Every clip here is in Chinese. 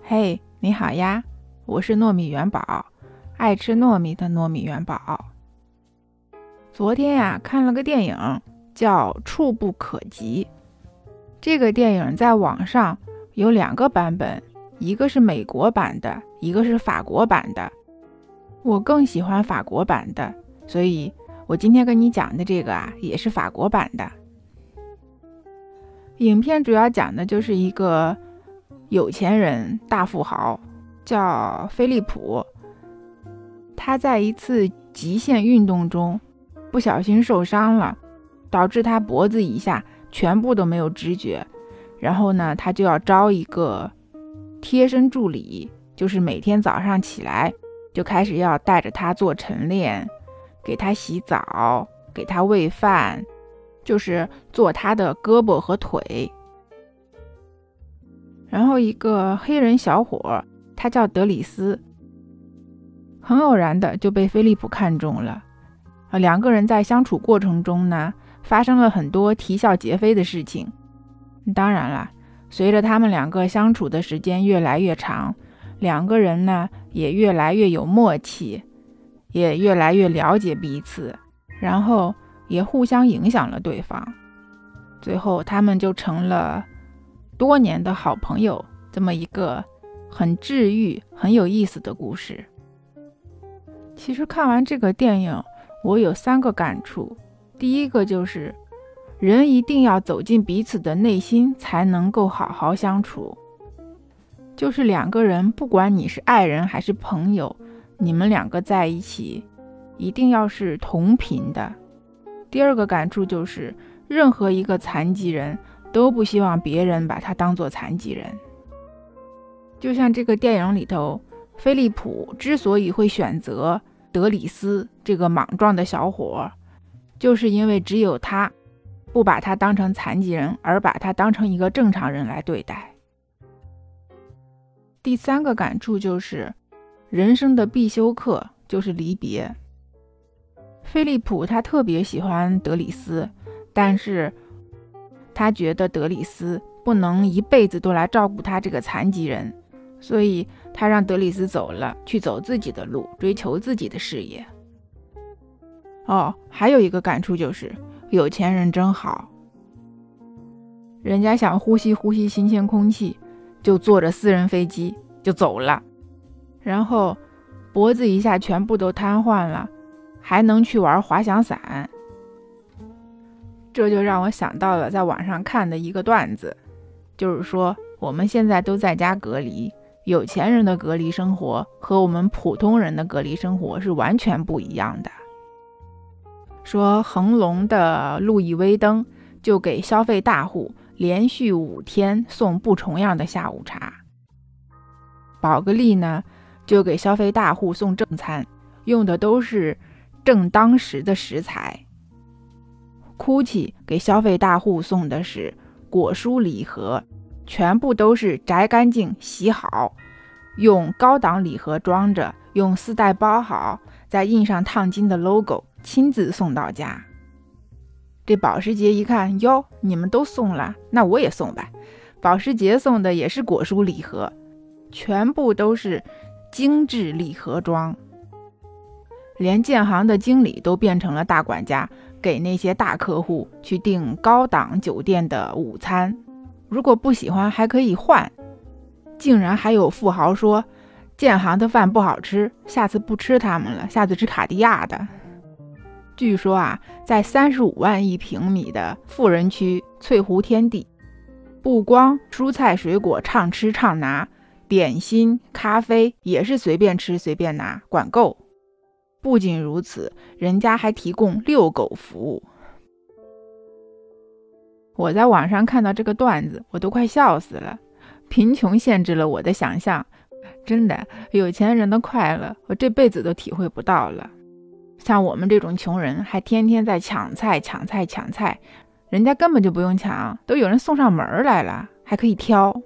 嘿，你好呀，我是糯米元宝，爱吃糯米的糯米元宝。昨天呀，看了个电影叫《触不可及》。这个电影在网上有2个版本，一个是美国版的，一个是法国版的。我更喜欢法国版的，所以我今天跟你讲的这个也是法国版的。影片主要讲的就是一个有钱人大富豪，叫飞利浦。他在一次极限运动中不小心受伤了，导致他脖子以下全部都没有知觉。然后呢，他就要招一个贴身助理，就是每天早上起来就开始要带着他做晨练，给他洗澡，给他喂饭，就是做他的胳膊和腿。然后一个黑人小伙，他叫德里斯，很偶然的就被飞利浦看中了。2个人在相处过程中呢，发生了很多啼笑皆非的事情。当然了，随着他们2个相处的时间越来越长，2个人呢也越来越有默契，也越来越了解彼此，然后也互相影响了对方。最后他们就成了多年的好朋友，这么一个很治愈很有意思的故事。其实看完这个电影，我有3个感触。第一个就是人一定要走进彼此的内心才能够好好相处，就是2个人不管你是爱人还是朋友，你们2个在一起一定要是同频的。第二个感触就是任何一个残疾人都不希望别人把他当作残疾人。就像这个电影里头，飞利浦之所以会选择德里斯这个莽撞的小伙，就是因为只有他不把他当成残疾人，而把他当成一个正常人来对待。第3个感触就是人生的必修课就是离别。飞利浦他特别喜欢德里斯，但是他觉得德里斯不能一辈子都来照顾他这个残疾人，所以他让德里斯走了，去走自己的路，追求自己的事业。还有一个感触就是有钱人真好，人家想呼吸新鲜空气，就坐着私人飞机就走了，然后脖子以下全部都瘫痪了，还能去玩滑翔伞。这就让我想到了在网上看的一个段子，就是说我们现在都在家隔离，有钱人的隔离生活和我们普通人的隔离生活是完全不一样的。说恒隆的路易威登就给消费大户连续5天送不重样的下午茶，宝格丽呢就给消费大户送正餐，用的都是正当时的食材。GUCCI 给消费大户送的是果蔬礼盒，全部都是摘干净洗好，用高档礼盒装着，用丝带包好，再印上烫金的 logo， 亲自送到家。这保时捷一看，哟，你们都送了，那我也送吧。保时捷送的也是果蔬礼盒，全部都是精致礼盒装。连建行的经理都变成了大管家，给那些大客户去订高档酒店的午餐，如果不喜欢还可以换。竟然还有富豪说建行的饭不好吃，下次不吃他们了，下次吃卡地亚的。据说在35万1平米的富人区翠湖天地，不光蔬菜水果畅吃畅拿，点心咖啡也是随便吃随便拿，管够。不仅如此，人家还提供遛狗服务。我在网上看到这个段子，我都快笑死了。贫穷限制了我的想象，真的，有钱人的快乐我这辈子都体会不到了。像我们这种穷人还天天在抢菜，人家根本就不用抢，都有人送上门来了，还可以挑。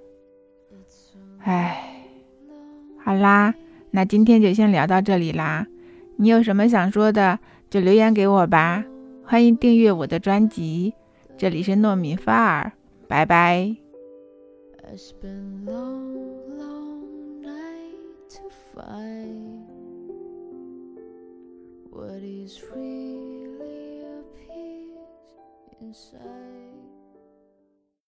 好啦，那今天就先聊到这里啦。你有什么想说的就留言给我吧，欢迎订阅我的专辑，这里是糯米范儿，拜拜。 find what is really a peace inside.